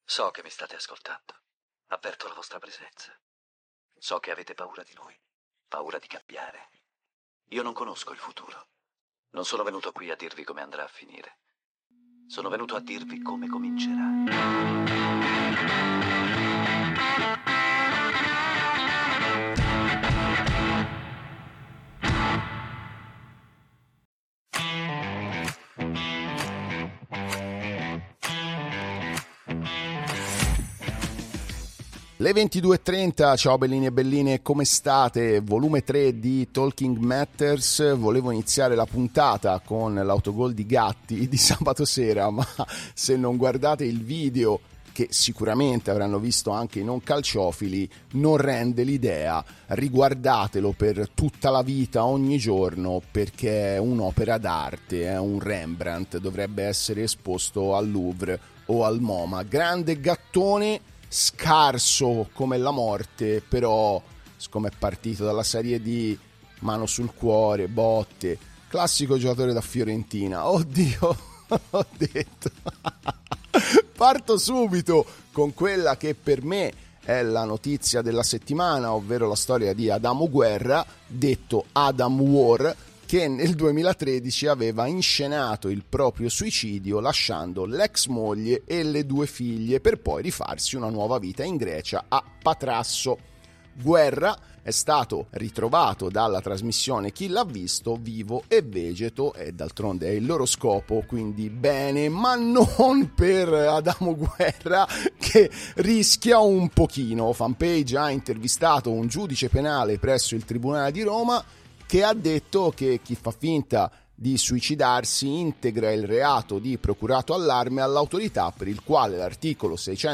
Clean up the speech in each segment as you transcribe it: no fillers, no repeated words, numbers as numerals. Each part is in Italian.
So che mi state ascoltando. Avverto la vostra presenza. So che avete paura di lui, paura di cambiare. Io non conosco il futuro. Non sono venuto qui a dirvi come andrà a finire. Sono venuto a dirvi come comincerà. Le 22:30, ciao bellini e belline, come state? Volume 3 di Talking Matters. Volevo iniziare la puntata con l'autogol di Gatti di sabato sera, ma se non guardate il video, che sicuramente avranno visto anche i non calciofili, non rende l'idea. Riguardatelo per tutta la vita, ogni giorno, perché è un'opera d'arte, è un Rembrandt, dovrebbe essere esposto al Louvre o al MoMA. Grande gattone, scarso come la morte, però siccome è partito dalla Serie D, mano sul cuore, botte, classico giocatore da Fiorentina. Oddio, ho detto parto subito con quella che per me è la notizia della settimana, ovvero la storia di Adamo Guerra, detto Adam War, che nel 2013 aveva inscenato il proprio suicidio lasciando l'ex moglie e le 2 figlie per poi rifarsi una nuova vita in Grecia a Patrasso. Guerra è stato ritrovato dalla trasmissione Chi l'ha visto vivo e vegeto, e d'altronde è il loro scopo, quindi bene, ma non per Adamo Guerra, che rischia un pochino. Fanpage ha intervistato un giudice penale presso il Tribunale di Roma che ha detto che chi fa finta di suicidarsi integra il reato di procurato allarme all'autorità, per il quale l'articolo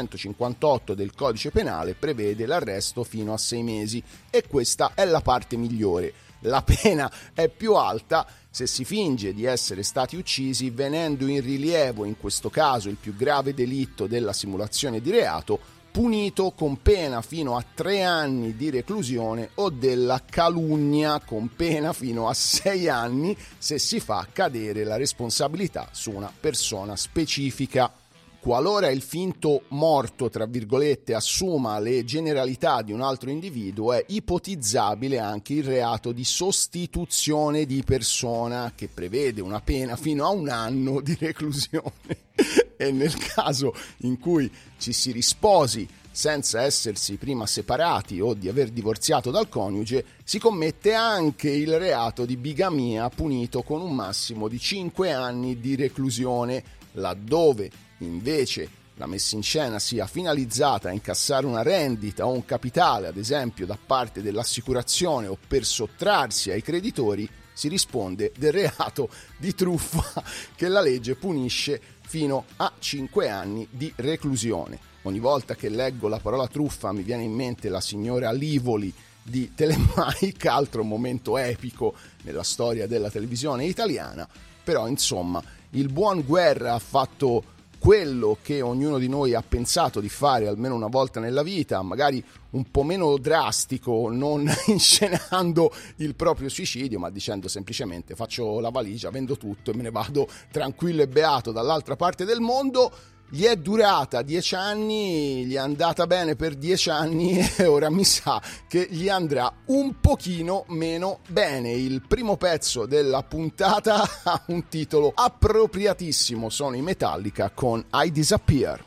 658 del codice penale prevede l'arresto fino a 6 mesi, e questa è la parte migliore. La pena è più alta se si finge di essere stati uccisi, venendo in rilievo in questo caso il più grave delitto della simulazione di reato, punito con pena fino a 3 anni di reclusione, o della calunnia con pena fino a 6 anni se si fa cadere la responsabilità su una persona specifica. Qualora il finto morto, tra virgolette, assuma le generalità di un altro individuo, è ipotizzabile anche il reato di sostituzione di persona, che prevede una pena fino a 1 anno di reclusione. E nel caso in cui ci si risposi senza essersi prima separati o di aver divorziato dal coniuge, si commette anche il reato di bigamia, punito con un massimo di 5 anni di reclusione. Laddove invece la messa in scena sia finalizzata a incassare una rendita o un capitale, ad esempio da parte dell'assicurazione, o per sottrarsi ai creditori, si risponde del reato di truffa, che la legge punisce fino a 5 anni di reclusione. Ogni volta che leggo la parola truffa mi viene in mente la signora Livoli di Telemike, altro momento epico nella storia della televisione italiana. Però insomma, il buon Guerra ha fatto quello che ognuno di noi ha pensato di fare almeno una volta nella vita, magari un po' meno drastico, non inscenando il proprio suicidio, ma dicendo semplicemente: faccio la valigia, vendo tutto e me ne vado tranquillo e beato dall'altra parte del mondo. Gli è durata 10 anni, gli è andata bene per 10 anni e ora mi sa che gli andrà un pochino meno bene. Il primo pezzo della puntata ha un titolo appropriatissimo, sono i Metallica con I Disappear.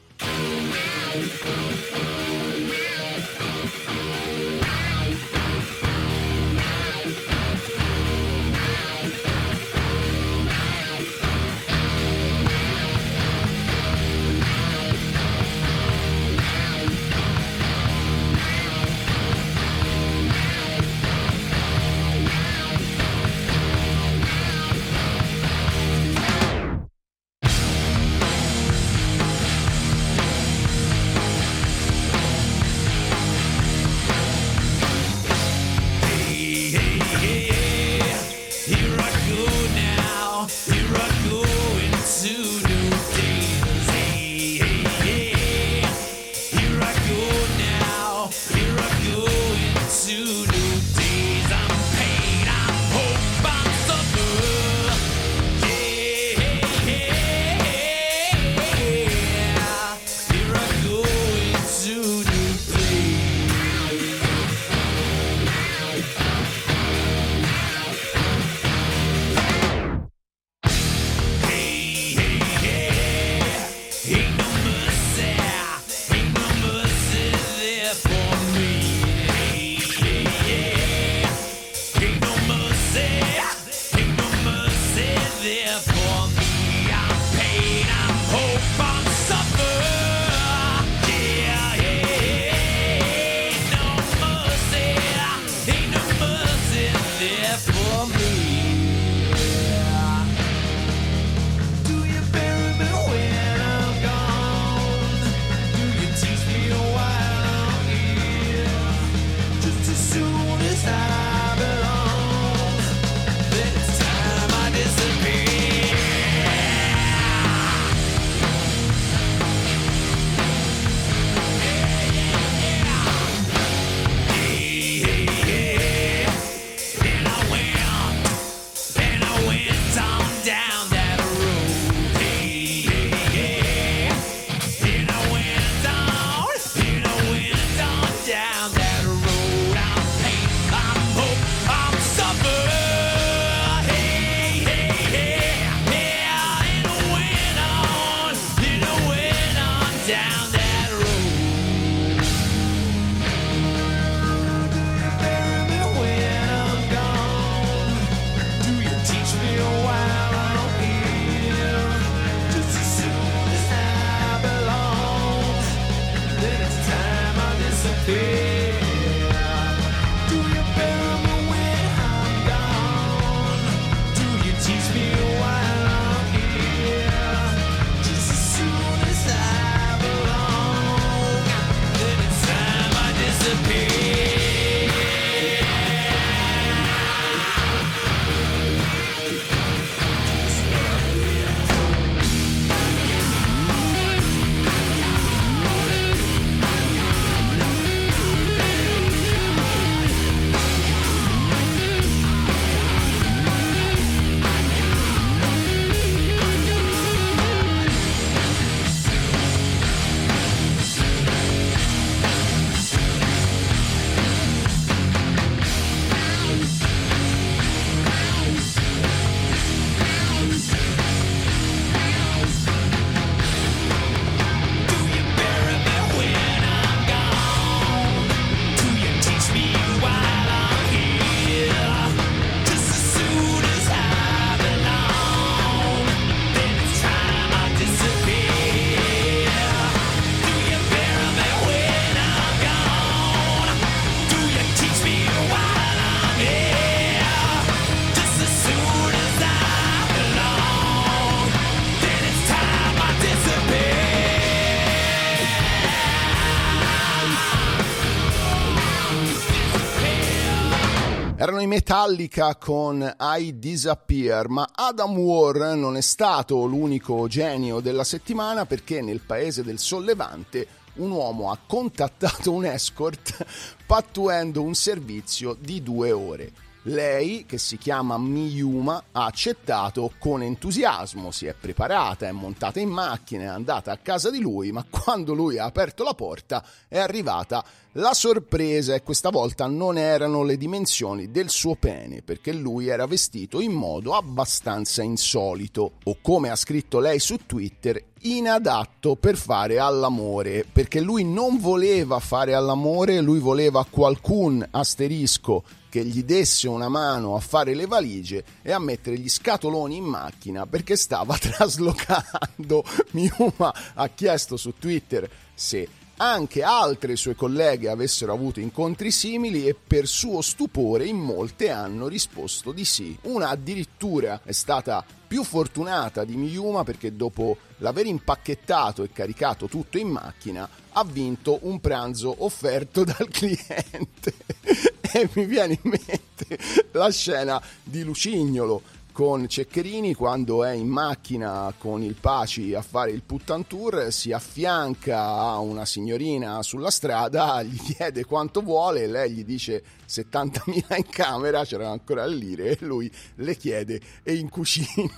Erano i Metallica con I Disappear, ma Adam Warren non è stato l'unico genio della settimana, perché nel paese del Sollevante un uomo ha contattato un escort pattuendo un servizio di 2 ore. Lei, che si chiama Miyuma, ha accettato con entusiasmo, si è preparata, è montata in macchina, è andata a casa di lui, ma quando lui ha aperto la porta è arrivata la sorpresa, e questa volta non erano le dimensioni del suo pene, perché lui era vestito in modo abbastanza insolito, o come ha scritto lei su Twitter, inadatto per fare all'amore, perché lui non voleva fare all'amore, lui voleva qualcun asterisco che gli desse una mano a fare le valigie e a mettere gli scatoloni in macchina, perché stava traslocando. Miyuma ha chiesto su Twitter se anche altre sue colleghe avessero avuto incontri simili, e per suo stupore in molte hanno risposto di sì. Una addirittura è stata più fortunata di Miyuma, perché dopo l'aver impacchettato e caricato tutto in macchina ha vinto un pranzo offerto dal cliente. E mi viene in mente la scena di Lucignolo con Ceccherini quando è in macchina con il Paci a fare il puttan tour, si affianca a una signorina sulla strada, gli chiede quanto vuole, lei gli dice 70.000 in camera, c'erano ancora le lire, e lui le chiede e in cucina.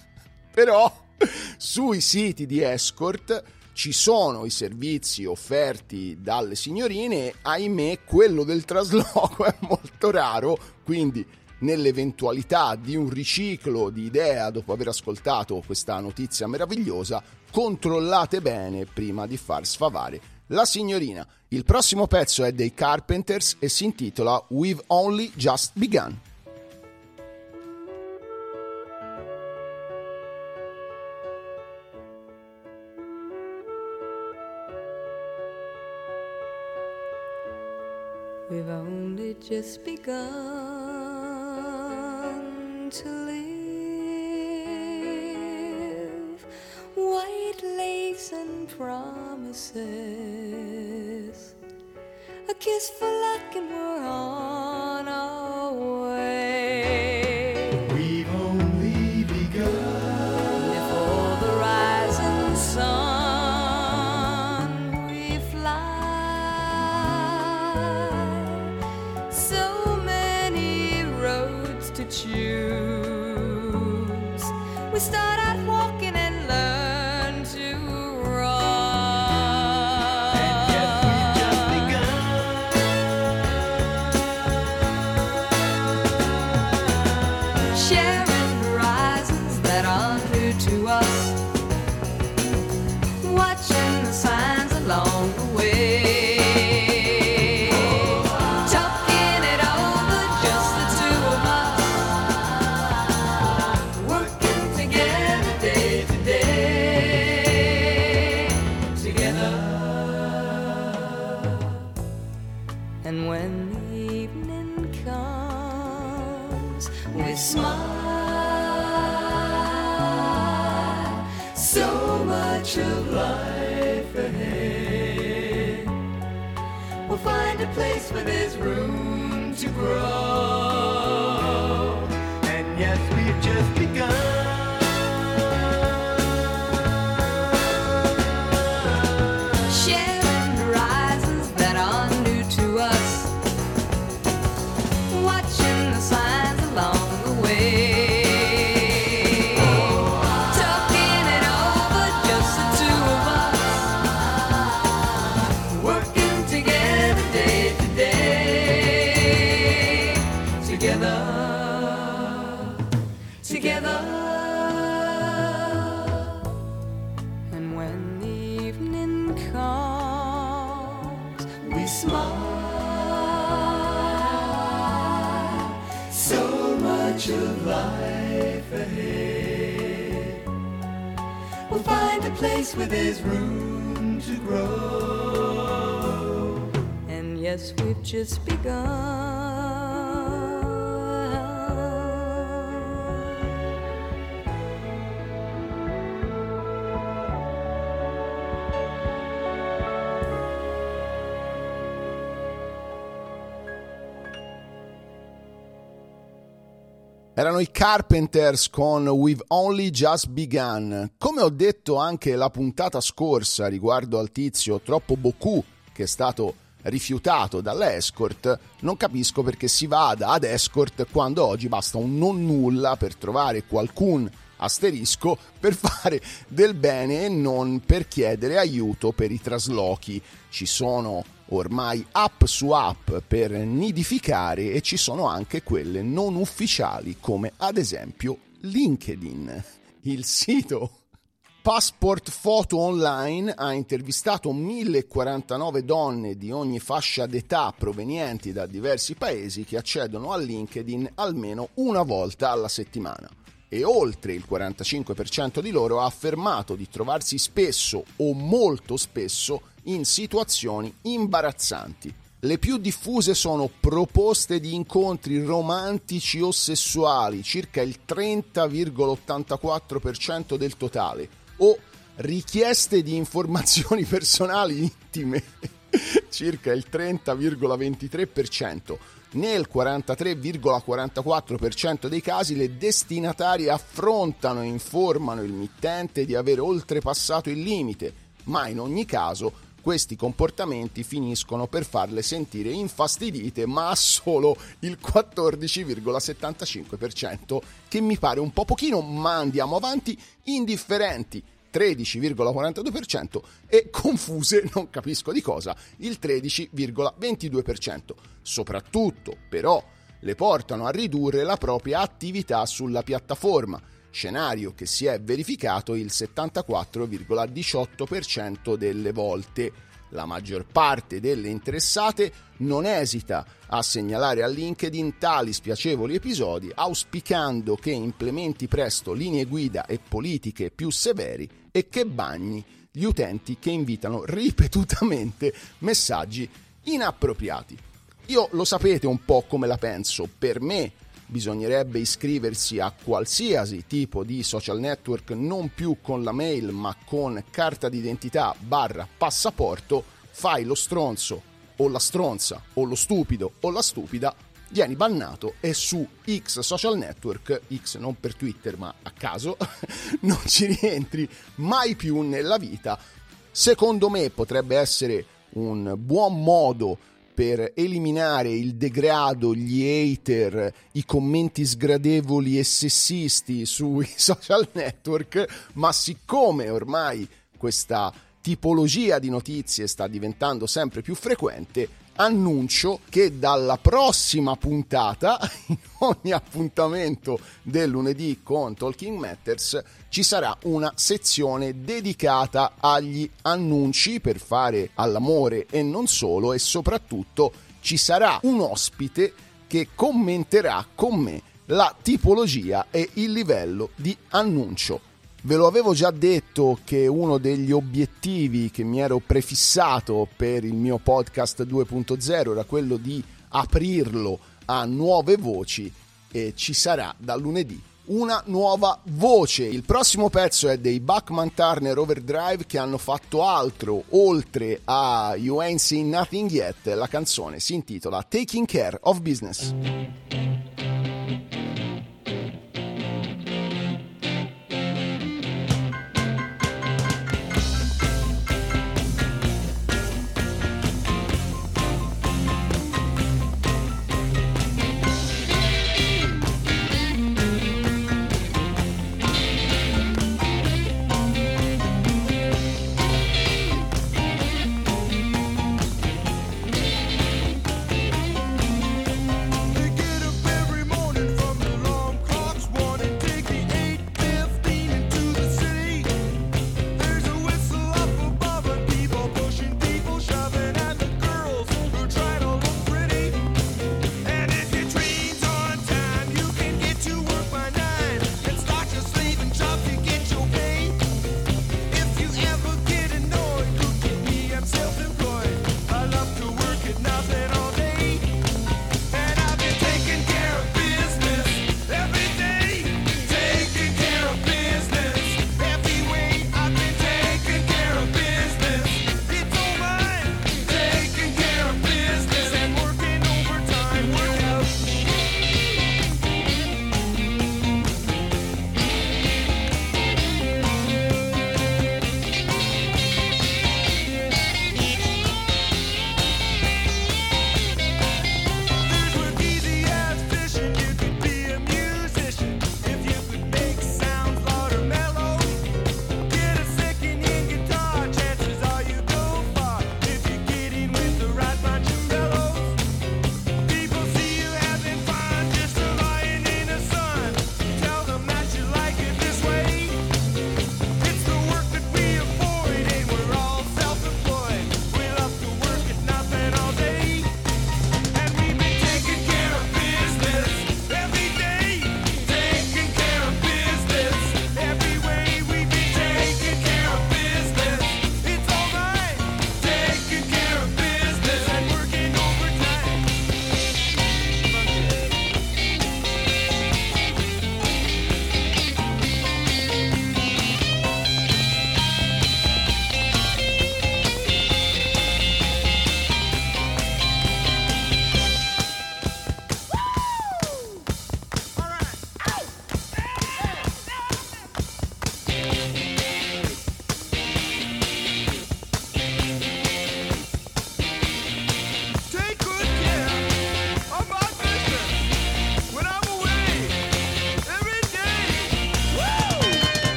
Però sui siti di escort ci sono i servizi offerti dalle signorine, ahimè quello del trasloco è molto raro, quindi nell'eventualità di un riciclo di idea dopo aver ascoltato questa notizia meravigliosa, controllate bene prima di far sfavare la signorina. Il prossimo pezzo è dei Carpenters e si intitola We've Only Just Begun. We've only just begun to live, white lace and promises, a kiss for luck and we're on our way. We've only begun. Before the rising sun we fly, so many roads to choose. We start out walking and learn to run. And yet we've just begun. Sharing horizons that are new to us, watching the signs along the way. Talking it over, just the two of us, working together day to day, together. And when the evening comes, we smile, so much of life ahead. We'll find a place where there's room to grow. And yes, we've just begun. Sharing horizons that are new to us, watching the signs along the way. Talking it over, just the two of us, working together day to day, together, together. And when the evening comes, we smile, so much of life ahead. We'll find a place where there's room to grow. And yes, we've just begun. Erano i Carpenters con We've Only Just Begun. Come ho detto anche la puntata scorsa riguardo al tizio troppo beaucoup che è stato rifiutato dall'escort, non capisco perché si vada ad escort quando oggi basta un non nulla per trovare qualcun asterisco per fare del bene e non per chiedere aiuto per i traslochi. Ci sono ormai app su app per nidificare e ci sono anche quelle non ufficiali come ad esempio LinkedIn. Il sito Passport Photo Online ha intervistato 1049 donne di ogni fascia d'età provenienti da diversi paesi che accedono a LinkedIn almeno una volta alla settimana. E oltre il 45% di loro ha affermato di trovarsi spesso o molto spesso in situazioni imbarazzanti. Le più diffuse sono proposte di incontri romantici o sessuali, circa il 30,84% del totale, o richieste di informazioni personali intime, circa il 30,23%. Nel 43,44% dei casi le destinatarie affrontano e informano il mittente di aver oltrepassato il limite, ma in ogni caso questi comportamenti finiscono per farle sentire infastidite, ma solo il 14,75%, che mi pare un po' pochino, ma andiamo avanti, indifferenti 13,42% e confuse, non capisco di cosa, il 13,22%. Soprattutto, però, le portano a ridurre la propria attività sulla piattaforma, scenario che si è verificato il 74,18% delle volte. La maggior parte delle interessate non esita a segnalare a LinkedIn tali spiacevoli episodi, auspicando che implementi presto linee guida e politiche più severi e che bagni gli utenti che invitano ripetutamente messaggi inappropriati. Io lo sapete un po' come la penso, per me bisognerebbe iscriversi a qualsiasi tipo di social network non più con la mail ma con carta d'identità / passaporto. Fai lo stronzo o la stronza o lo stupido o la stupida, vieni bannato e su X social network, X non per Twitter ma a caso, non ci rientri mai più nella vita. Secondo me potrebbe essere un buon modo per eliminare il degrado, gli hater, i commenti sgradevoli e sessisti sui social network, ma siccome ormai questa tipologia di notizie sta diventando sempre più frequente, annuncio che dalla prossima puntata, in ogni appuntamento del lunedì con Talking Matters, ci sarà una sezione dedicata agli annunci per fare all'amore e non solo, e soprattutto ci sarà un ospite che commenterà con me la tipologia e il livello di annuncio. Ve lo avevo già detto che uno degli obiettivi che mi ero prefissato per il mio podcast 2.0 era quello di aprirlo a nuove voci e ci sarà da lunedì una nuova voce. Il prossimo pezzo è dei Bachman Turner Overdrive, che hanno fatto altro oltre a You Ain't Seen Nothing Yet. La canzone si intitola Taking Care of Business. They get a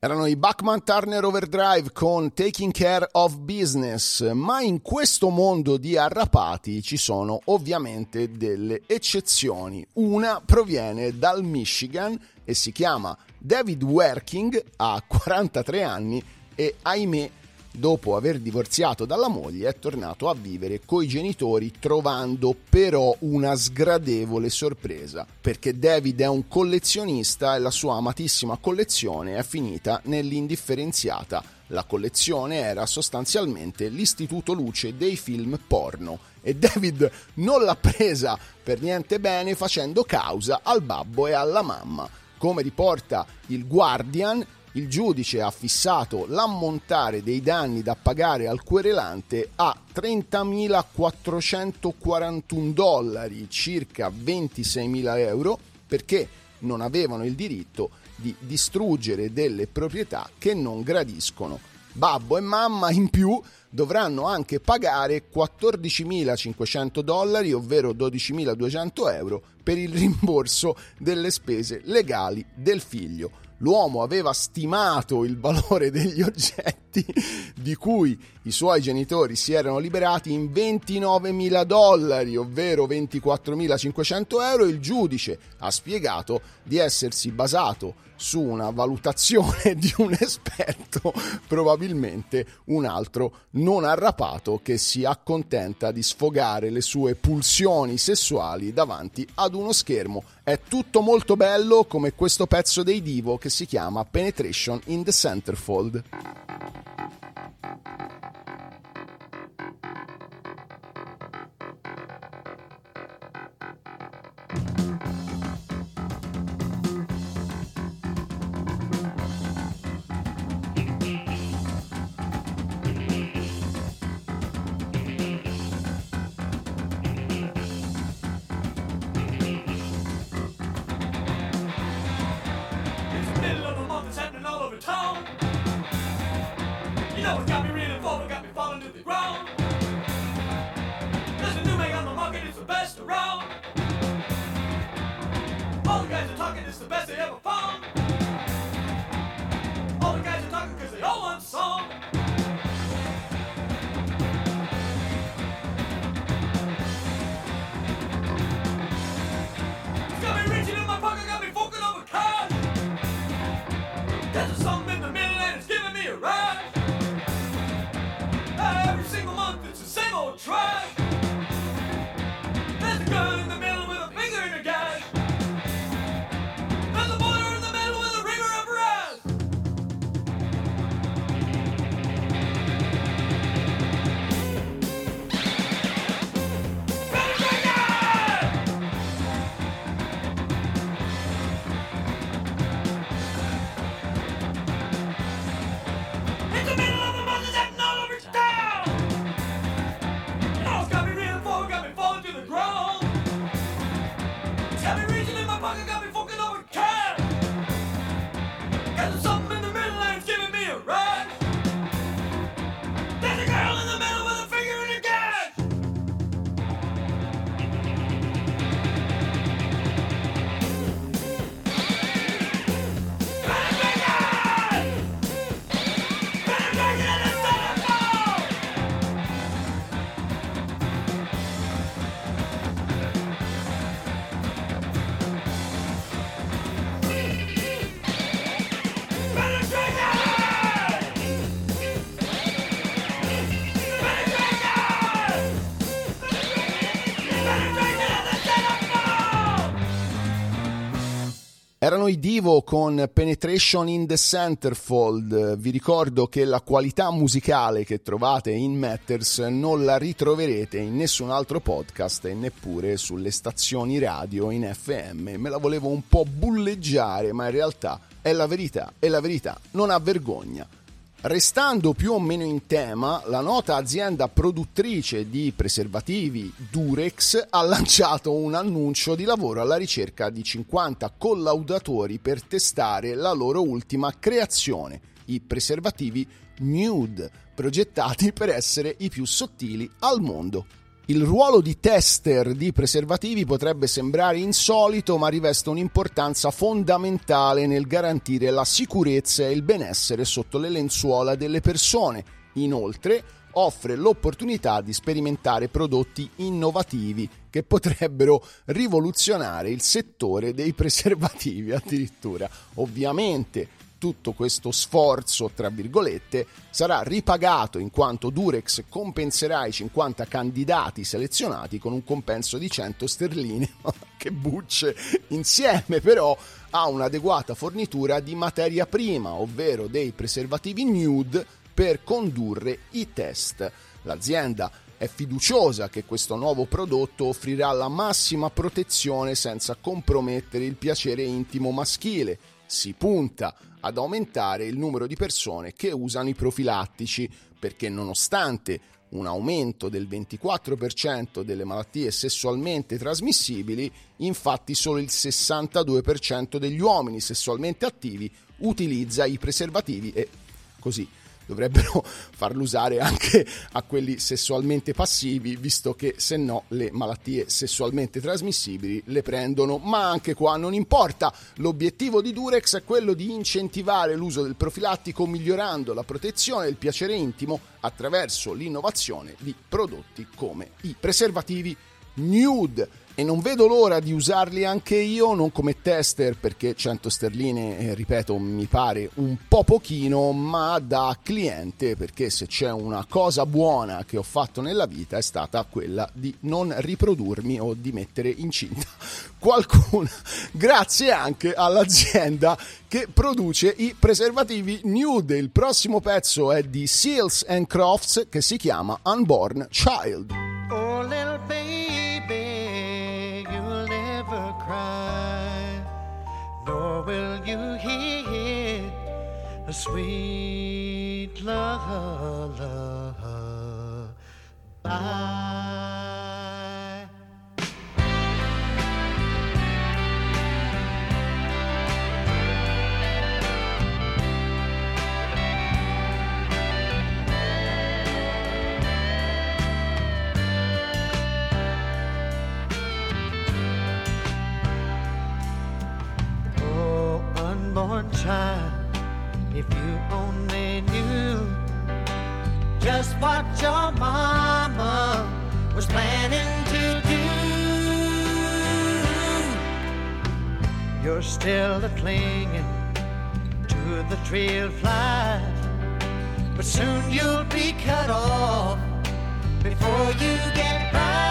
Erano i Bachman Turner Overdrive con Taking Care of Business, ma in questo mondo di arrapati ci sono ovviamente delle eccezioni. Una proviene dal Michigan e si chiama David Werking, ha 43 anni e ahimè dopo aver divorziato dalla moglie è tornato a vivere coi genitori, trovando però una sgradevole sorpresa, perché David è un collezionista e la sua amatissima collezione è finita nell'indifferenziata. La collezione era sostanzialmente l'istituto luce dei film porno e David non l'ha presa per niente bene, facendo causa al babbo e alla mamma. Come riporta il Guardian, il giudice ha fissato l'ammontare dei danni da pagare al querelante a $30.441, circa 26.000 euro, perché non avevano il diritto di distruggere delle proprietà che non gradiscono. Babbo e mamma in più dovranno anche pagare $14.500, ovvero 12.200 euro, per il rimborso delle spese legali del figlio. L'uomo aveva stimato il valore degli oggetti di cui i suoi genitori si erano liberati in $29.000, ovvero 24.500 euro. Il giudice ha spiegato di essersi basato su una valutazione di un esperto, probabilmente un altro non arrapato che si accontenta di sfogare le sue pulsioni sessuali davanti ad uno schermo. È tutto molto bello, come questo pezzo dei Divo che si chiama Penetration in the Centerfold. Erano i Divo con Penetration in the Centerfold. Vi ricordo che la qualità musicale che trovate in Matters non la ritroverete in nessun altro podcast e neppure sulle stazioni radio in FM. Me la volevo un po' bulleggiare, ma in realtà è la verità e la verità non ha vergogna. Restando più o meno in tema, la nota azienda produttrice di preservativi Durex ha lanciato un annuncio di lavoro alla ricerca di 50 collaudatori per testare la loro ultima creazione, i preservativi Nude, progettati per essere i più sottili al mondo. Il ruolo di tester di preservativi potrebbe sembrare insolito, ma riveste un'importanza fondamentale nel garantire la sicurezza e il benessere sotto le lenzuola delle persone. Inoltre, offre l'opportunità di sperimentare prodotti innovativi che potrebbero rivoluzionare il settore dei preservativi addirittura. Ovviamente tutto questo sforzo, tra virgolette, sarà ripagato in quanto Durex compenserà i 50 candidati selezionati con un compenso di 100 sterline, che bucce, insieme però a un'adeguata fornitura di materia prima, ovvero dei preservativi nude per condurre i test. L'azienda è fiduciosa che questo nuovo prodotto offrirà la massima protezione senza compromettere il piacere intimo maschile. Si punta ad aumentare il numero di persone che usano i profilattici, perché nonostante un aumento del 24% delle malattie sessualmente trasmissibili, infatti solo il 62% degli uomini sessualmente attivi utilizza i preservativi e così dovrebbero farlo usare anche a quelli sessualmente passivi, visto che se no le malattie sessualmente trasmissibili le prendono. Ma anche qua non importa, l'obiettivo di Durex è quello di incentivare l'uso del profilattico migliorando la protezione del piacere intimo attraverso l'innovazione di prodotti come i preservativi nude. E non vedo l'ora di usarli anche io, non come tester perché 100 sterline, ripeto, mi pare un po' pochino, ma da cliente, perché se c'è una cosa buona che ho fatto nella vita è stata quella di non riprodurmi o di mettere incinta qualcuna, grazie anche all'azienda che produce i preservativi nude. Il prossimo pezzo è di Seals & Crofts che si chiama Unborn Child. Oh, little baby, you'll never cry, nor will you hear a sweet lullaby. Unborn child, if you only knew just what your mama was planning to do. You're still clinging to the tree of life, but soon you'll be cut off before you get by.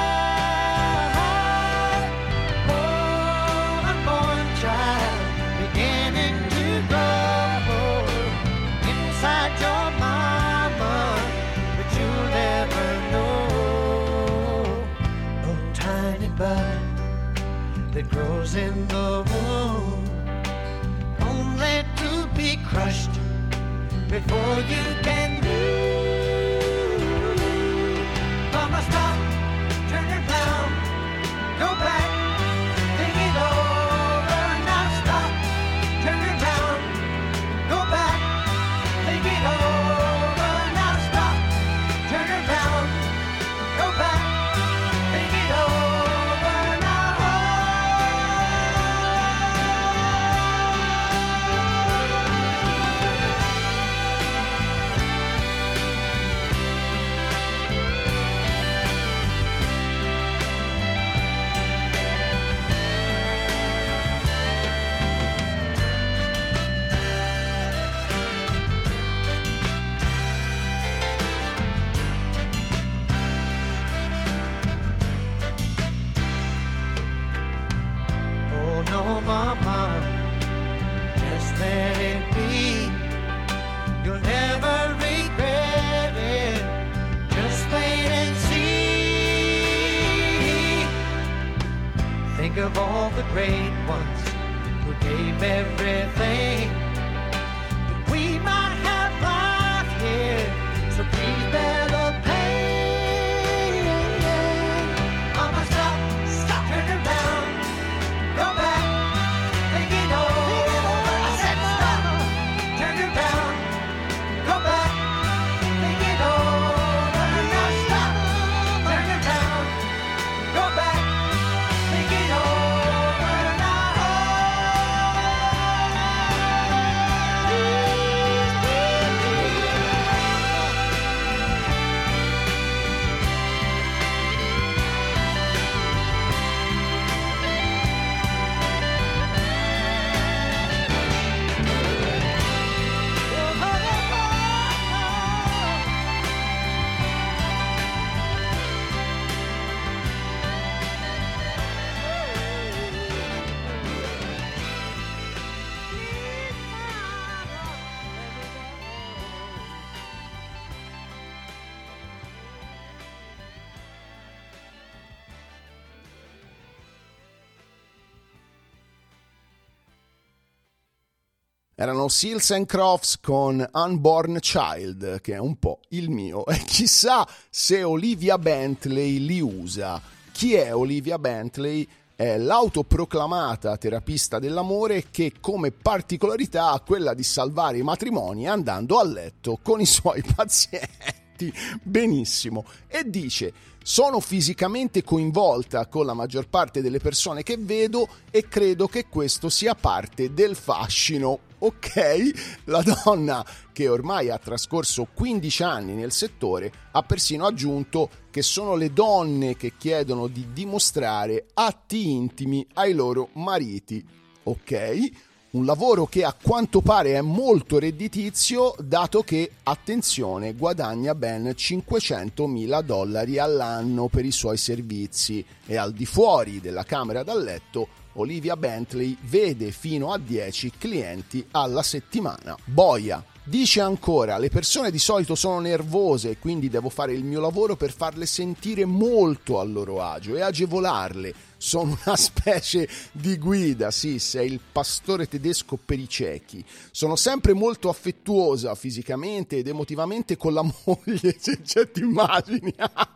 That grows in the womb, only to be crushed before you can move. Mama, stop, turn around, go back, think it over. Now stop, turn around, go back, think it over. Now stop, turn around, go back, think it over. Mama, just let it be. You'll never regret it. Just wait and see. Think of all the great ones who gave everything that we might have life here. So please bear the pain. Mama, stop, turn around, go back. Turn Erano Seals and Crofts con Unborn Child, che è un po' il mio, e chissà se Olivia Bentley li usa. Chi è Olivia Bentley? È l'autoproclamata terapista dell'amore che come particolarità ha quella di salvare i matrimoni andando a letto con i suoi pazienti. Benissimo. E dice: sono fisicamente coinvolta con la maggior parte delle persone che vedo e credo che questo sia parte del fascino. Ok, la donna, che ormai ha trascorso 15 anni nel settore, ha persino aggiunto che sono le donne che chiedono di dimostrare atti intimi ai loro mariti. Ok, un lavoro che a quanto pare è molto redditizio, dato che, attenzione, guadagna ben $500.000 all'anno per i suoi servizi, e al di fuori della camera da letto Olivia Bentley vede fino a 10 clienti alla settimana. Boia. Dice ancora: le persone di solito sono nervose, quindi devo fare il mio lavoro per farle sentire molto a loro agio e agevolarle. Sono una specie di guida, sì, sei il pastore tedesco per i ciechi. Sono sempre molto affettuosa fisicamente ed emotivamente con la moglie, cioè ti immagini?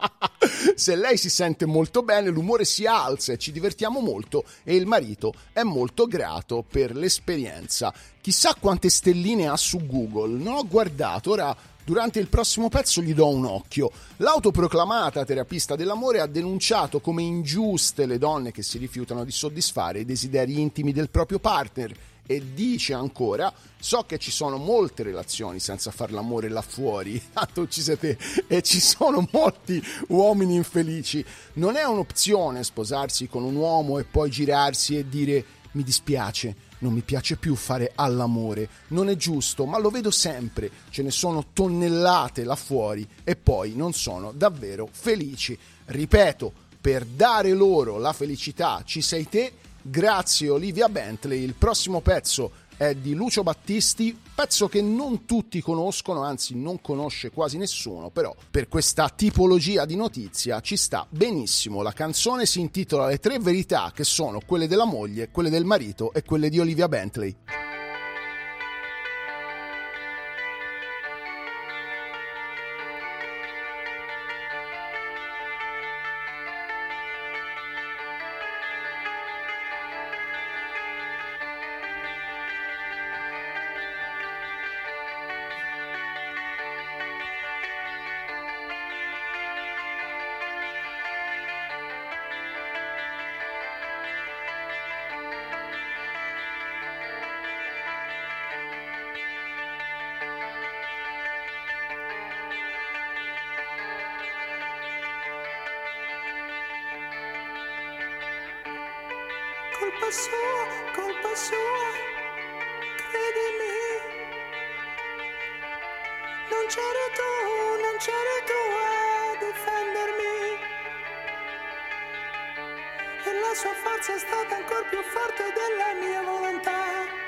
Se lei si sente molto bene, l'umore si alza e ci divertiamo molto, e il marito è molto grato per l'esperienza. Chissà quante stelline ha su Google, non ho guardato, ora durante il prossimo pezzo gli do un occhio. L'autoproclamata terapista dell'amore ha denunciato come ingiuste le donne che si rifiutano di soddisfare i desideri intimi del proprio partner, e dice ancora: so che ci sono molte relazioni senza far l'amore là fuori, tanto ci siete, e ci sono molti uomini infelici. Non è un'opzione sposarsi con un uomo e poi girarsi e dire: mi dispiace, non mi piace più fare all'amore, non è giusto, ma lo vedo sempre, ce ne sono tonnellate là fuori e poi non sono davvero felici. Ripeto, per dare loro la felicità ci sei te. Grazie Olivia Bentley. Il prossimo pezzo è di Lucio Battisti, pezzo che non tutti conoscono, anzi non conosce quasi nessuno, però per questa tipologia di notizia ci sta benissimo. La canzone si intitola Le 3 verità, che sono quelle della moglie, quelle del marito e quelle di Olivia Bentley. Colpa sua, credimi. Non c'eri tu a difendermi. E la sua forza è stata ancora più forte della mia volontà.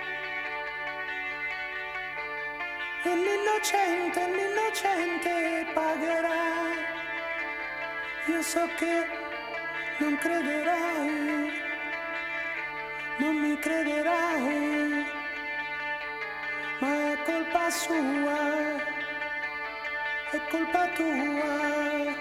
E l'innocente pagherà. Io so che non crederai. Non mi crederai, ma è colpa sua, è colpa tua.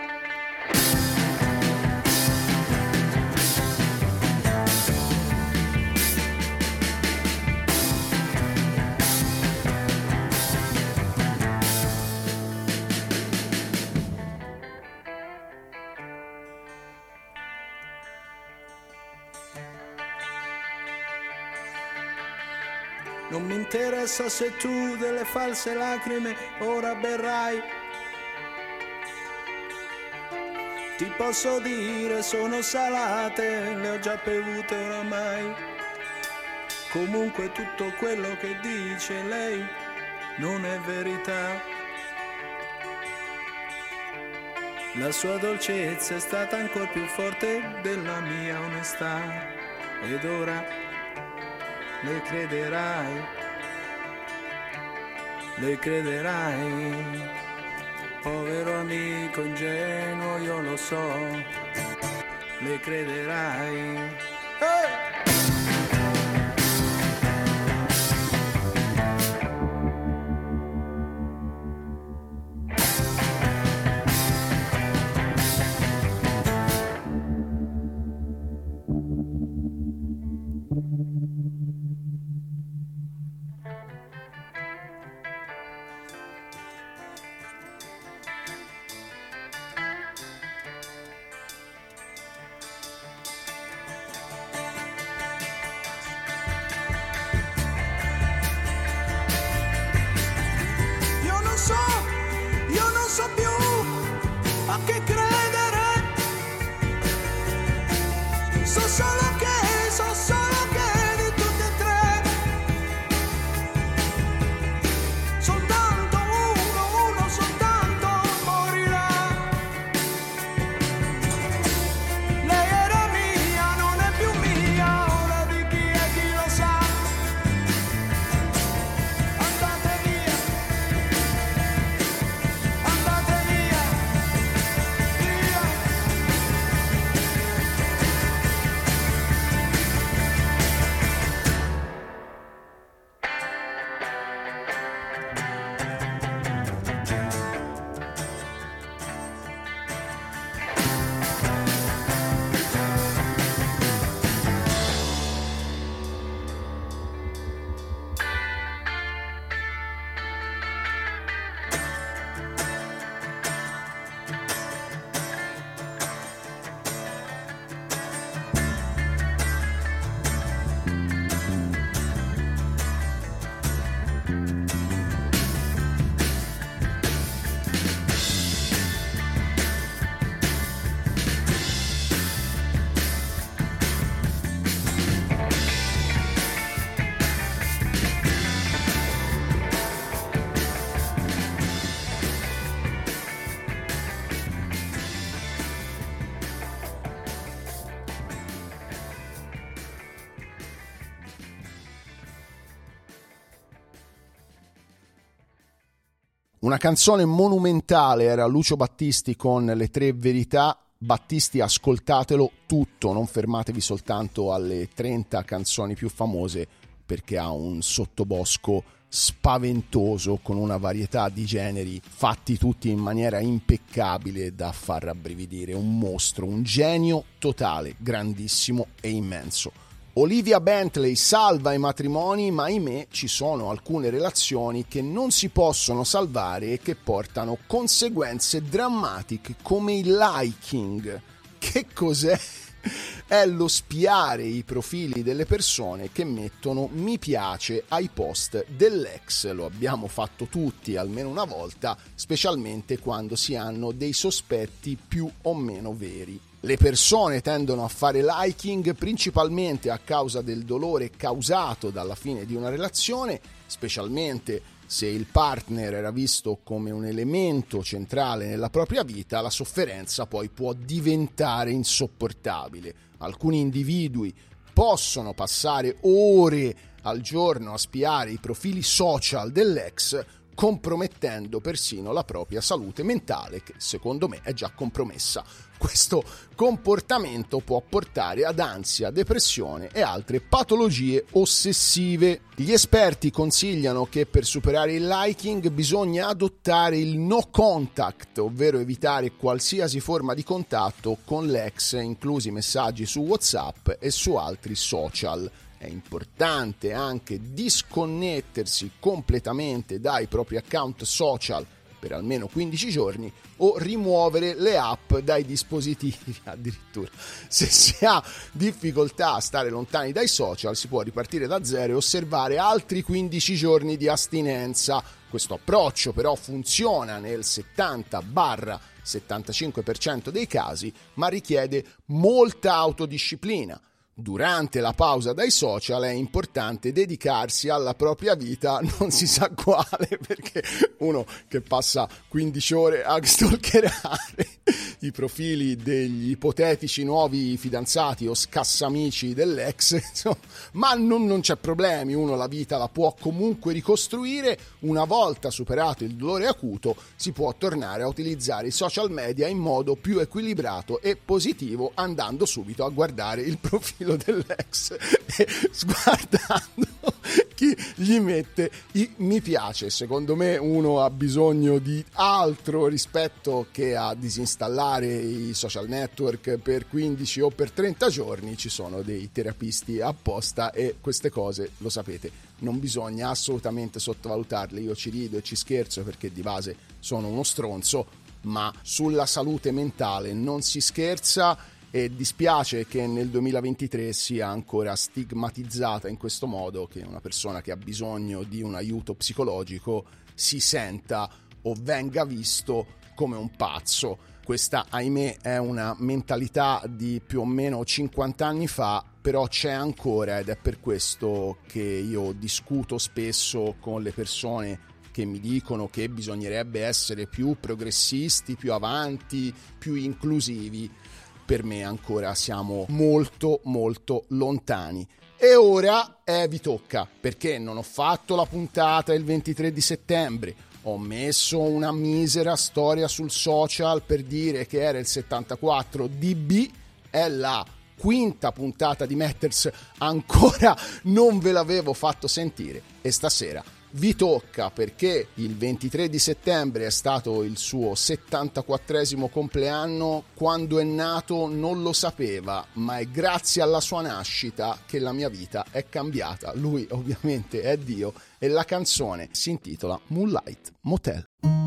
Non mi interessa se tu delle false lacrime ora berrai. Ti posso dire sono salate, le ho già bevute oramai. Comunque tutto quello che dice lei non è verità. La sua dolcezza è stata ancora più forte della mia onestà. Ed ora le crederai, povero amico ingenuo, io lo so, le crederai. Hey! che credere, so solo che di tutte e tre, soltanto uno soltanto morirà. Lei era mia, non è più mia, ora di chi è chi lo sa. Andate via, andate via, via. Una canzone monumentale era Lucio Battisti con Le Tre Verità. Battisti, ascoltatelo tutto, non fermatevi soltanto alle 30 canzoni più famose, perché ha un sottobosco spaventoso con una varietà di generi fatti tutti in maniera impeccabile da far rabbrividire. Un mostro, un genio totale, grandissimo e immenso. Olivia Bentley salva i matrimoni, ma ahimè ci sono alcune relazioni che non si possono salvare e che portano conseguenze drammatiche come il liking. Che cos'è? È lo spiare i profili delle persone che mettono mi piace ai post dell'ex. Lo abbiamo fatto tutti almeno una volta, specialmente quando si hanno dei sospetti più o meno veri. Le persone tendono a fare liking principalmente a causa del dolore causato dalla fine di una relazione, specialmente se il partner era visto come un elemento centrale nella propria vita. La sofferenza poi può diventare insopportabile. Alcuni individui possono passare ore al giorno a spiare i profili social dell'ex, compromettendo persino la propria salute mentale, che secondo me è già compromessa. Questo comportamento può portare ad ansia, depressione e altre patologie ossessive. Gli esperti consigliano che per superare il liking bisogna adottare il no contact, ovvero evitare qualsiasi forma di contatto con l'ex, inclusi messaggi su WhatsApp e su altri social. È importante anche disconnettersi completamente dai propri account social per almeno 15 giorni o rimuovere le app dai dispositivi addirittura. Se si ha difficoltà a stare lontani dai social, si può ripartire da zero e osservare altri 15 giorni di astinenza. Questo approccio però funziona nel 70-75% dei casi, ma richiede molta autodisciplina. Durante la pausa dai social è importante dedicarsi alla propria vita, non si sa quale, perché uno che passa 15 ore a stalkerare i profili degli ipotetici nuovi fidanzati o scassamici dell'ex, insomma, ma non c'è problemi, uno la vita la può comunque ricostruire. Una volta superato il dolore acuto si può tornare a utilizzare i social media in modo più equilibrato e positivo, andando subito a guardare il profilo dell'ex e sguardando chi gli mette i mi piace. Secondo me uno ha bisogno di altro rispetto che a disinstallare i social network per 15 o per 30 giorni. Ci sono dei terapisti apposta e queste cose, lo sapete, non bisogna assolutamente sottovalutarle. Io ci rido e ci scherzo perché di base sono uno stronzo, ma sulla salute mentale non si scherza. E dispiace che nel 2023 sia ancora stigmatizzata in questo modo, che una persona che ha bisogno di un aiuto psicologico si senta o venga visto come un pazzo. Questa, ahimè, è una mentalità di più o meno 50 anni fa, però c'è ancora, ed è per questo che io discuto spesso con le persone che mi dicono che bisognerebbe essere più progressisti, più avanti, più inclusivi. Per me ancora siamo molto molto lontani. E ora vi tocca, perché non ho fatto la puntata il 23 di settembre, ho messo una misera storia sul social per dire che era il 74 dB, è la quinta puntata di Matters, ancora non ve l'avevo fatto sentire e stasera vi tocca, perché il 23 di settembre è stato il suo 74esimo compleanno. Quando è nato non lo sapeva, ma è grazie alla sua nascita che la mia vita è cambiata. Lui ovviamente è Dio e la canzone si intitola Moonlight Motel.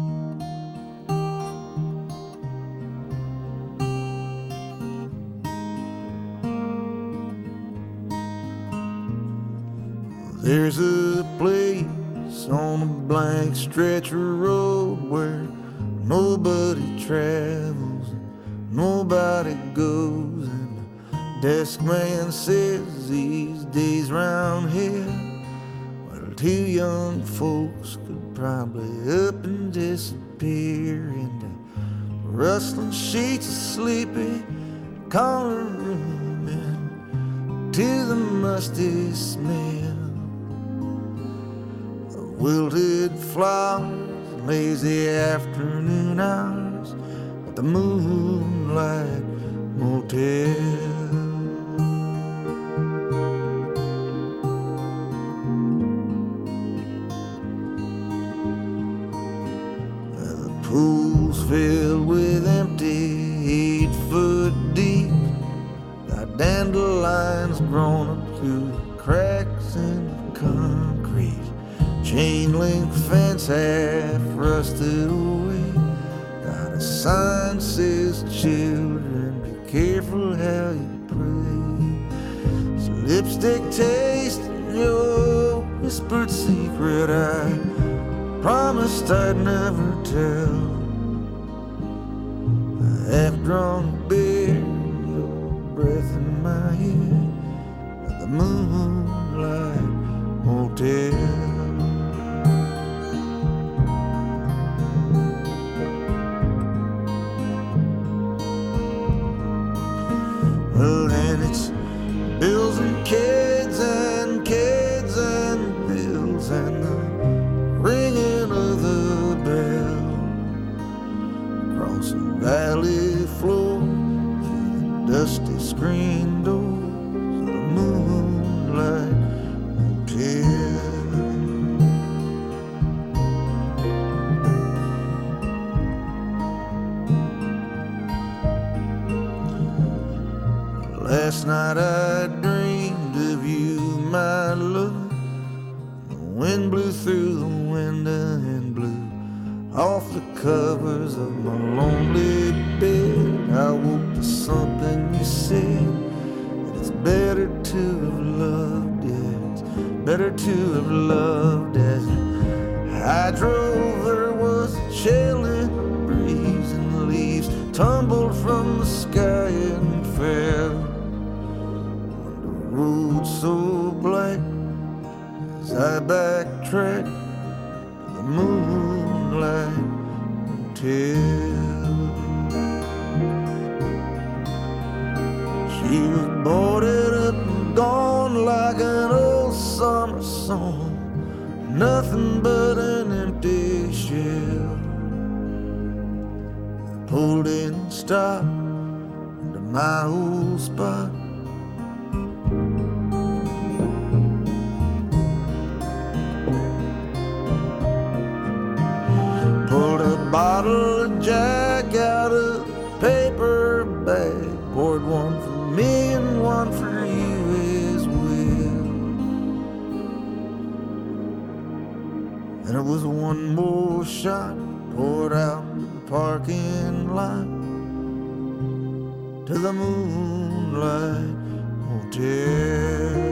There's a place on a blank stretch of road where nobody travels, nobody goes, and the desk man says these days round here, well, two young folks could probably up and disappear into rustling sheets of sleepy corner room and to the musty smell wilted flowers, lazy afternoon hours at the Moonlight Motel. The pool's filled with empty 8 foot deep, got dandelions grown up through cracks in the concrete. Chain link fence half rusted away. Got a sign says children, be careful how you pray. So lipstick taste in your whispered secret I promised I'd never tell. A half-drunk beer, your breath in my ear at the Moonlight Motel. Well, and it's bills and kids and bills and the ringing of the bell across the valley floor through the dusty screen doors of the Moonlight Motel. Last night I dreamed of you, my love. The wind blew through the window and blew off the covers of my lonely bed. I woke to something you said, and it's better to have loved, yeah, it's better to have loved. As I drove, there was a chilling breeze and the leaves tumbled from the sky and fell. Road so black as I backtrack to the Moonlight Motel. She was boarded up and gone like an old summer song, nothing but an empty shell. I pulled in and stopped into my old spot. Pulled a bottle of Jack out of a paper bag, poured one for me and one for you as well. And it was one more shot poured out in the parking lot to the Moonlight Motel.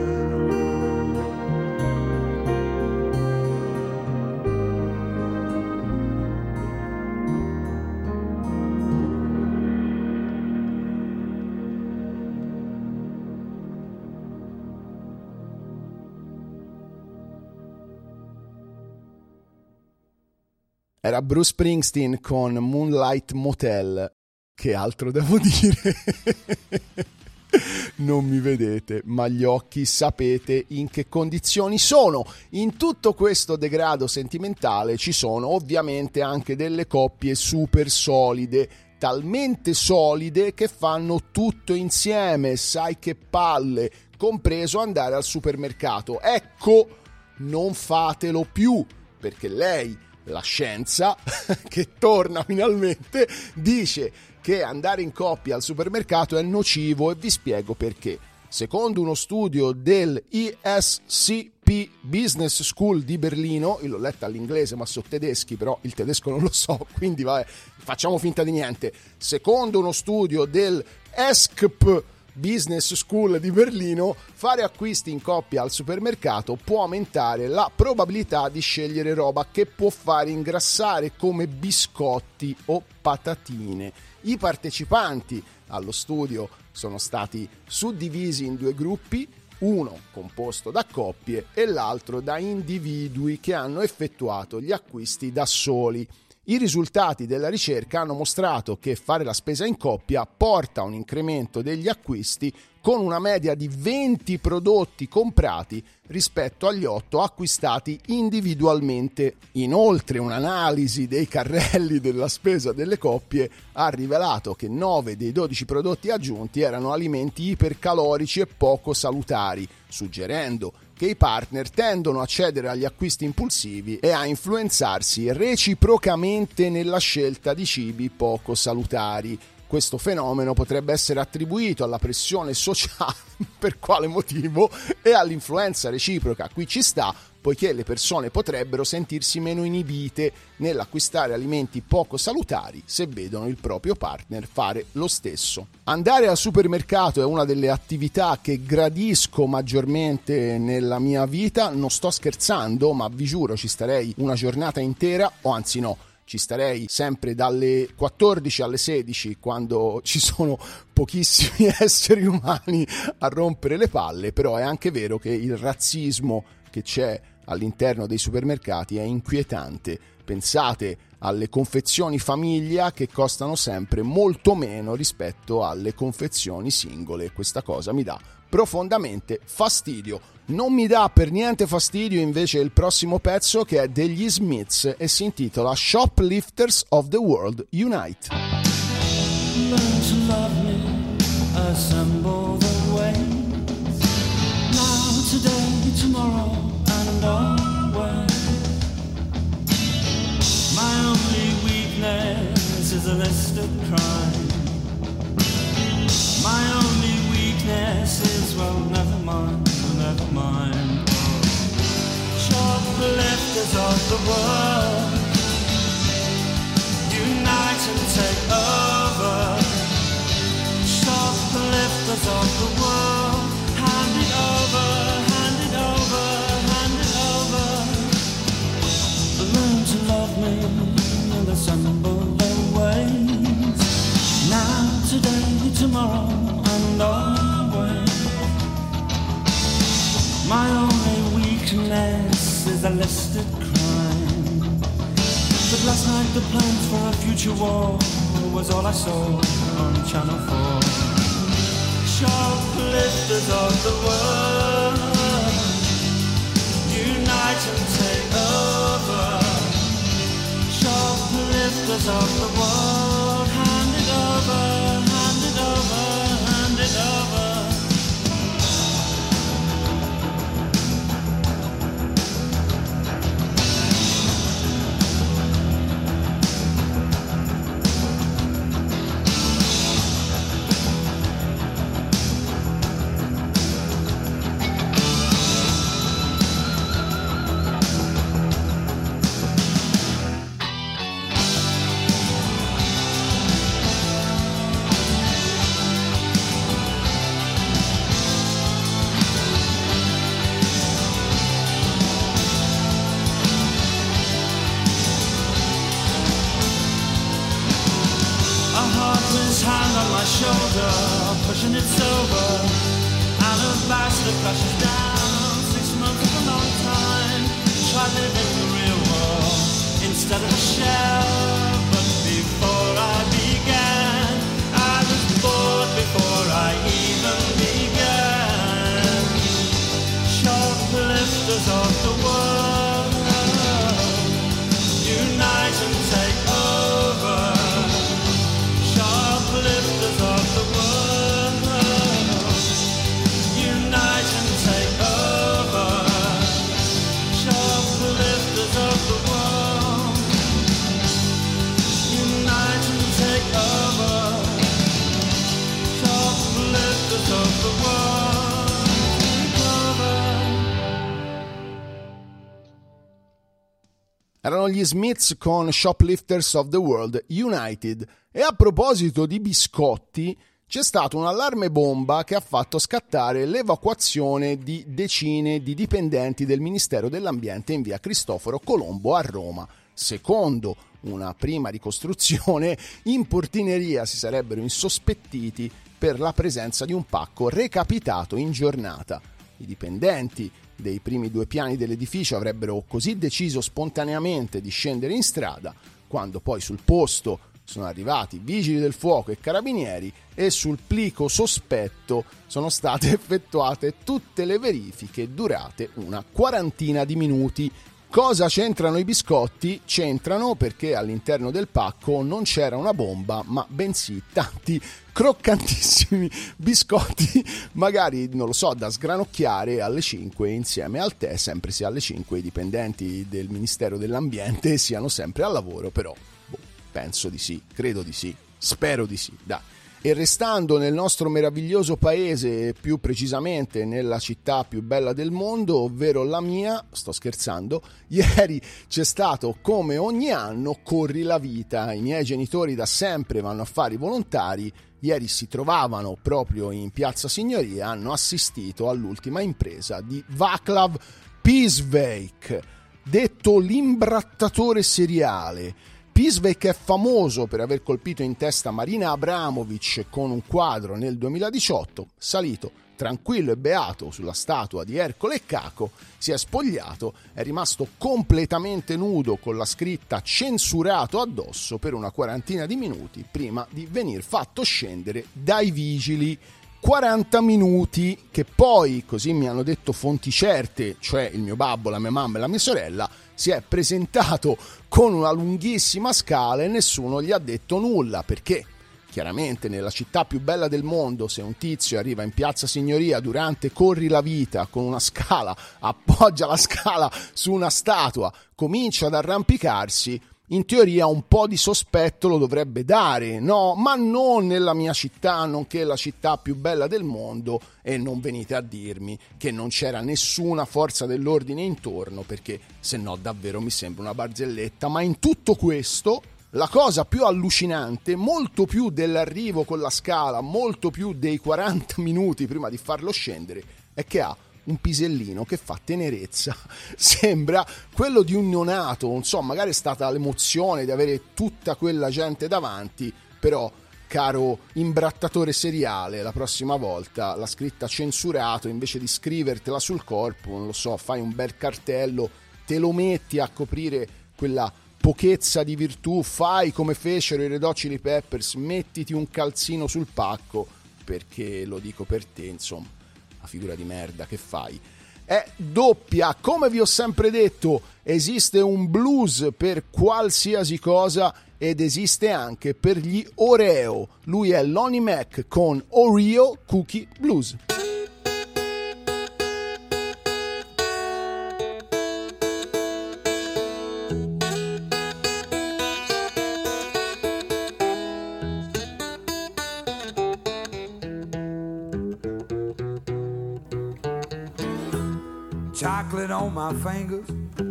Era Bruce Springsteen con Moonlight Motel. Che altro devo dire? Non mi vedete, ma gli occhi sapete in che condizioni sono. In tutto questo degrado sentimentale ci sono ovviamente anche delle coppie super solide, talmente solide che fanno tutto insieme, sai che palle, compreso andare al supermercato. Ecco, non fatelo più, perché lei, la scienza, che torna finalmente, dice che andare in coppia al supermercato è nocivo, e vi spiego perché. Secondo uno studio del ESCP Business School di Berlino, io l'ho letta all'inglese ma sono tedeschi, però il tedesco non lo so, quindi vabbè, facciamo finta di niente. Secondo uno studio del ESCP Business School di Berlino, fare acquisti in coppia al supermercato può aumentare la probabilità di scegliere roba che può fare ingrassare, come biscotti o patatine. I partecipanti allo studio sono stati suddivisi in due gruppi, uno composto da coppie e l'altro da individui che hanno effettuato gli acquisti da soli. I risultati della ricerca hanno mostrato che fare la spesa in coppia porta a un incremento degli acquisti con una media di 20 prodotti comprati rispetto agli 8 acquistati individualmente. Inoltre, un'analisi dei carrelli della spesa delle coppie ha rivelato che 9 dei 12 prodotti aggiunti erano alimenti ipercalorici e poco salutari, suggerendo che i partner tendono a cedere agli acquisti impulsivi e a influenzarsi reciprocamente nella scelta di cibi poco salutari. Questo fenomeno potrebbe essere attribuito alla pressione sociale, per quale motivo, e all'influenza reciproca. Qui ci sta, poiché le persone potrebbero sentirsi meno inibite nell'acquistare alimenti poco salutari se vedono il proprio partner fare lo stesso. Andare al supermercato è una delle attività che gradisco maggiormente nella mia vita, non sto scherzando, ma vi giuro ci starei una giornata intera, o anzi no, ci starei sempre dalle 14 alle 16 quando ci sono pochissimi esseri umani a rompere le palle, però è anche vero che il razzismo che c'è all'interno dei supermercati è inquietante. Pensate alle confezioni famiglia che costano sempre molto meno rispetto alle confezioni singole. Questa cosa mi dà profondamente fastidio. Non mi dà per niente fastidio invece il prossimo pezzo, che è degli Smiths e si intitola Shoplifters of the World Unite. Learn to love me, assemble the ways. Now, today, tomorrow, and always. My only weakness is a list of crime. My only weakness is, well, never mind. Never mind. Shoplifters of the world, unite and take over. Shoplifters of the world, hand it over, hand it over, hand it over. Learn to love me and assemble the ways. Now, today, tomorrow, and always. My only weakness is a listed crime. But last night the plans for a future war was all I saw on Channel 4. Shoplifters of the world, unite and take over. Shoplifters of the world, hand it over, hand it over, hand it over. Shoulder, pushing it sober. Alabaster flashes down. 6 months is a long time. Try living the real world instead of a shell. Erano gli Smiths con Shoplifters of the World United. E a proposito di biscotti, c'è stato un allarme bomba che ha fatto scattare l'evacuazione di decine di dipendenti del Ministero dell'Ambiente in via Cristoforo Colombo a Roma. Secondo una prima ricostruzione, in portineria si sarebbero insospettiti per la presenza di un pacco recapitato in giornata. I dipendenti dei primi 2 piani dell'edificio avrebbero così deciso spontaneamente di scendere in strada, quando poi sul posto sono arrivati vigili del fuoco e carabinieri e sul plico sospetto sono state effettuate tutte le verifiche durate una quarantina di minuti. Cosa c'entrano i biscotti? C'entrano perché all'interno del pacco non c'era una bomba, ma bensì tanti croccantissimi biscotti, magari, non lo so, da sgranocchiare alle 5 insieme al tè, sempre se alle 5 i dipendenti del Ministero dell'Ambiente siano sempre al lavoro, però penso di sì, credo di sì, spero di sì, dai. E restando nel nostro meraviglioso paese, più precisamente nella città più bella del mondo, ovvero la mia, sto scherzando, ieri c'è stato, come ogni anno, Corri la Vita. I miei genitori da sempre vanno a fare i volontari, ieri si trovavano proprio in Piazza Signoria, hanno assistito all'ultima impresa di Václav Písvek, detto l'imbrattatore seriale. Písvek è famoso per aver colpito in testa Marina Abramovic con un quadro nel 2018, salito tranquillo e beato sulla statua di Ercole e Caco, si è spogliato, è rimasto completamente nudo con la scritta censurato addosso per una quarantina di minuti prima di venir fatto scendere dai vigili. 40 minuti che poi, così mi hanno detto fonti certe, cioè il mio babbo, la mia mamma e la mia sorella, si è presentato con una lunghissima scala e nessuno gli ha detto nulla, perché chiaramente nella città più bella del mondo, se un tizio arriva in Piazza Signoria durante Corri la Vita con una scala, appoggia la scala su una statua, comincia ad arrampicarsi, in teoria un po' di sospetto lo dovrebbe dare, no? Ma non nella mia città, nonché la città più bella del mondo, e non venite a dirmi che non c'era nessuna forza dell'ordine intorno, perché se no davvero mi sembra una barzelletta. Ma in tutto questo, la cosa più allucinante, molto più dell'arrivo con la scala, molto più dei 40 minuti prima di farlo scendere, è che ha un pisellino che fa tenerezza, sembra quello di un neonato, non so, magari è stata l'emozione di avere tutta quella gente davanti, però caro imbrattatore seriale, la prossima volta la scritta censurato, invece di scrivertela sul corpo, non lo so, fai un bel cartello, te lo metti a coprire quella pochezza di virtù, fai come fecero i Red Hot Chili Peppers, mettiti un calzino sul pacco, perché lo dico per te, insomma, la figura di merda che fai è doppia. Come vi ho sempre detto, esiste un blues per qualsiasi cosa ed esiste anche per gli Oreo. Lui è Lonnie Mac con Oreo Cookie Blues. Chocolate on my fingers,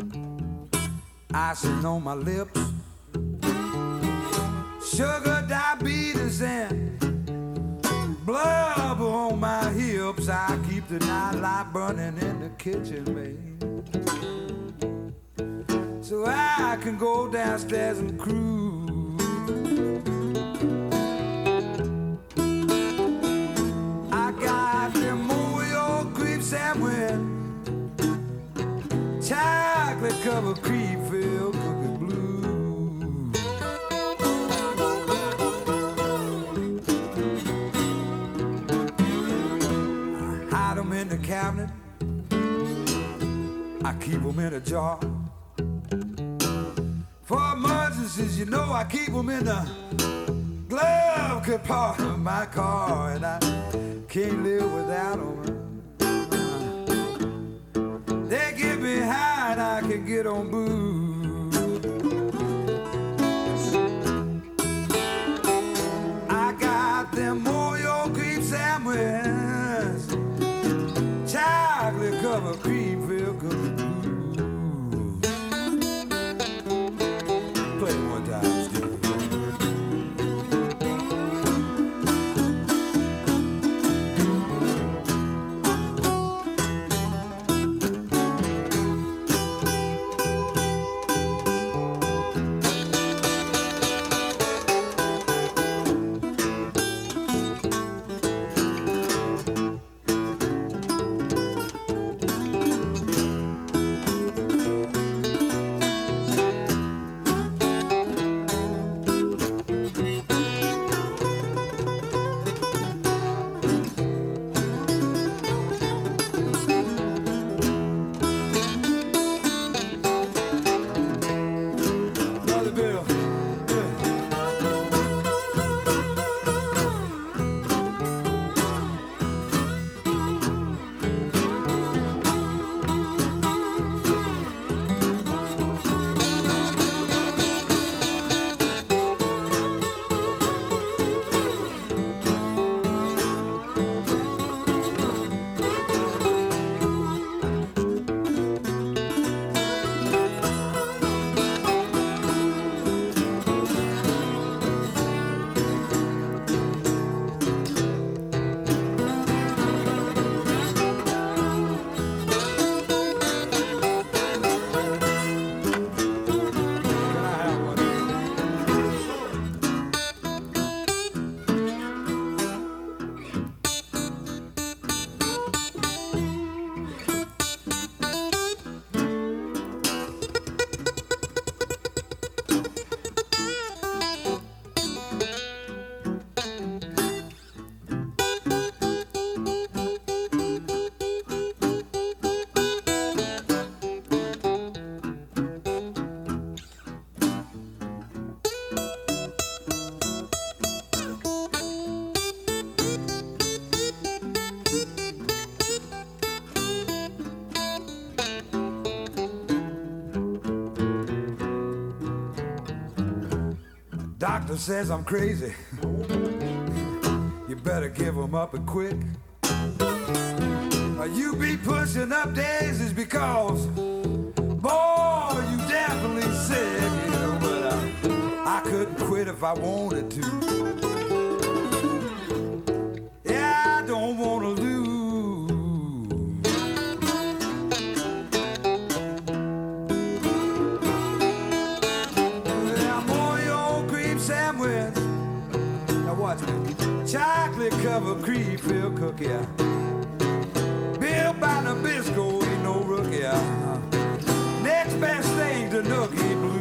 icing on my lips, sugar, diabetes, and blubber on my hips. I keep the nightlight burning in the kitchen, babe, so I can go downstairs and cruise. I got them Oreo cream sandwich, chocolate covered cream filled cookie blue. I hide them in the cabinet, I keep them in a jar. For emergencies, you know, I keep them in the glove compartment of my car, and I can't live without them. They get me high and I can get on booze. I got them Oreo cream sandwiches, chocolate covered cream filled cookie blues. Doctor says I'm crazy. You better give him up and quick. You be pushing up daisies because, boy, you definitely sick, you know, but I couldn't quit if I wanted to. Yeah, I don't want to lose. Yeah, I'm on your old cream sandwich. Now watch me. Chocolate covered cream filled cookie. Bill by Nabisco ain't no rookie. Next best thing to Nookie Blue.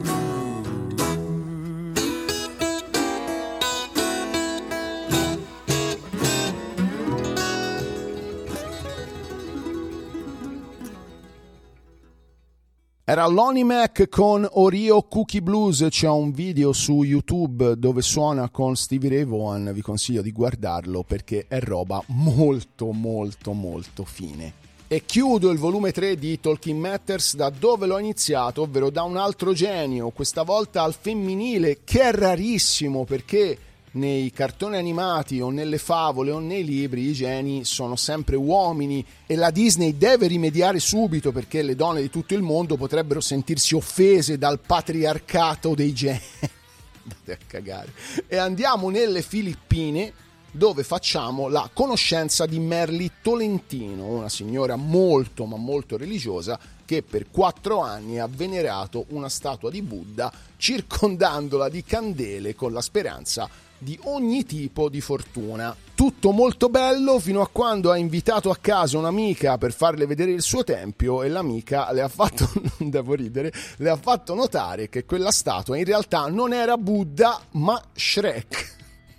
Era Lonnie Mac con Oreo Cookie Blues. C'è un video su YouTube dove suona con Stevie Ray Vaughan, vi consiglio di guardarlo perché è roba molto molto molto fine. E chiudo il volume 3 di Talking Matters da dove l'ho iniziato, ovvero da un altro genio, questa volta al femminile, che è rarissimo perché nei cartoni animati o nelle favole o nei libri i geni sono sempre uomini e la Disney deve rimediare subito perché le donne di tutto il mondo potrebbero sentirsi offese dal patriarcato dei geni. Andate a cagare. E andiamo nelle Filippine dove facciamo la conoscenza di Merli Tolentino, una signora molto ma molto religiosa che per 4 anni ha venerato una statua di Buddha circondandola di candele con la speranza di ogni tipo di fortuna. Tutto molto bello fino a quando ha invitato a casa un'amica per farle vedere il suo tempio e l'amica le ha fatto, non devo ridere, le ha fatto notare che quella statua in realtà non era Buddha ma Shrek.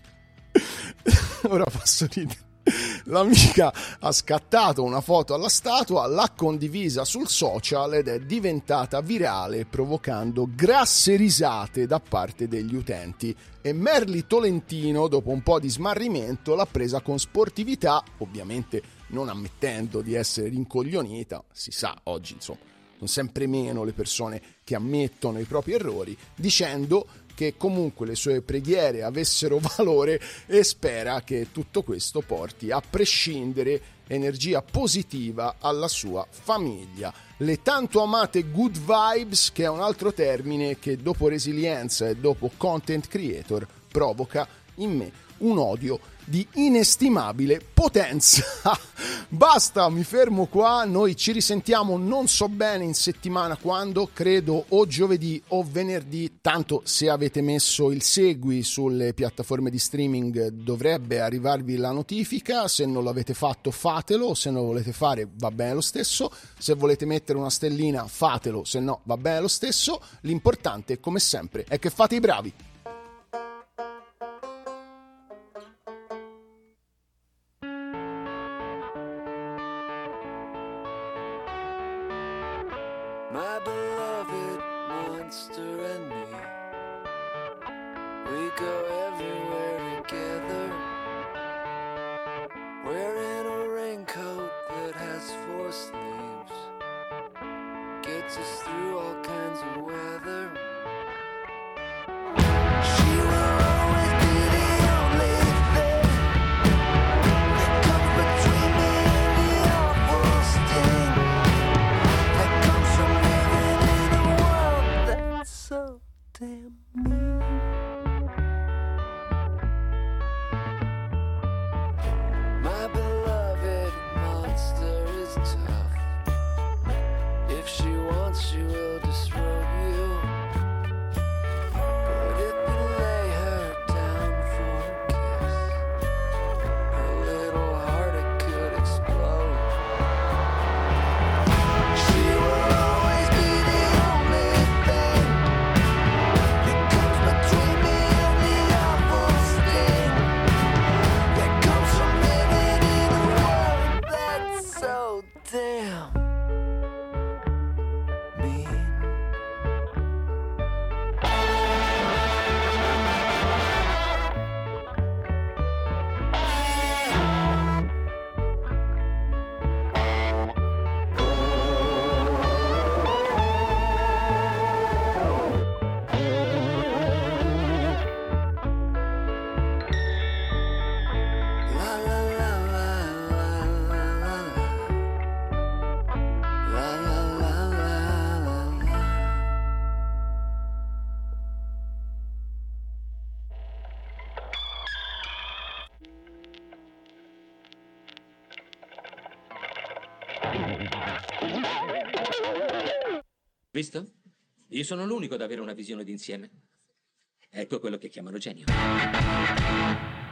Ora posso ridere. L'amica ha scattato una foto alla statua, l'ha condivisa sul social ed è diventata virale, provocando grasse risate da parte degli utenti. E Merli Tolentino, dopo un po' di smarrimento, l'ha presa con sportività, ovviamente non ammettendo di essere rincoglionita. Si sa, oggi insomma sono sempre meno le persone che ammettono i propri errori, dicendo che comunque le sue preghiere avessero valore e spera che tutto questo porti a prescindere energia positiva alla sua famiglia. Le tanto amate good vibes, che è un altro termine che dopo resilienza e dopo content creator provoca in me un odio di inestimabile potenza. Basta, mi fermo qua, noi ci risentiamo non so bene in settimana quando, credo o giovedì o venerdì, tanto se avete messo il segui sulle piattaforme di streaming dovrebbe arrivarvi la notifica, se non l'avete fatto fatelo, se non lo volete fare va bene lo stesso, se volete mettere una stellina fatelo, se no va bene lo stesso, l'importante come sempre è che fate i bravi. My beloved monster and me, we go everywhere together, wearing a raincoat that has 4 sleeves, gets us through all kinds of weather. She will always be the only thing that comes between me and the awful sting that comes from living in a world that's so damn mean. My beloved monster is tough. If she wants, she will destroy you. Visto? Io sono l'unico ad avere una visione d'insieme. Ecco quello che chiamano genio.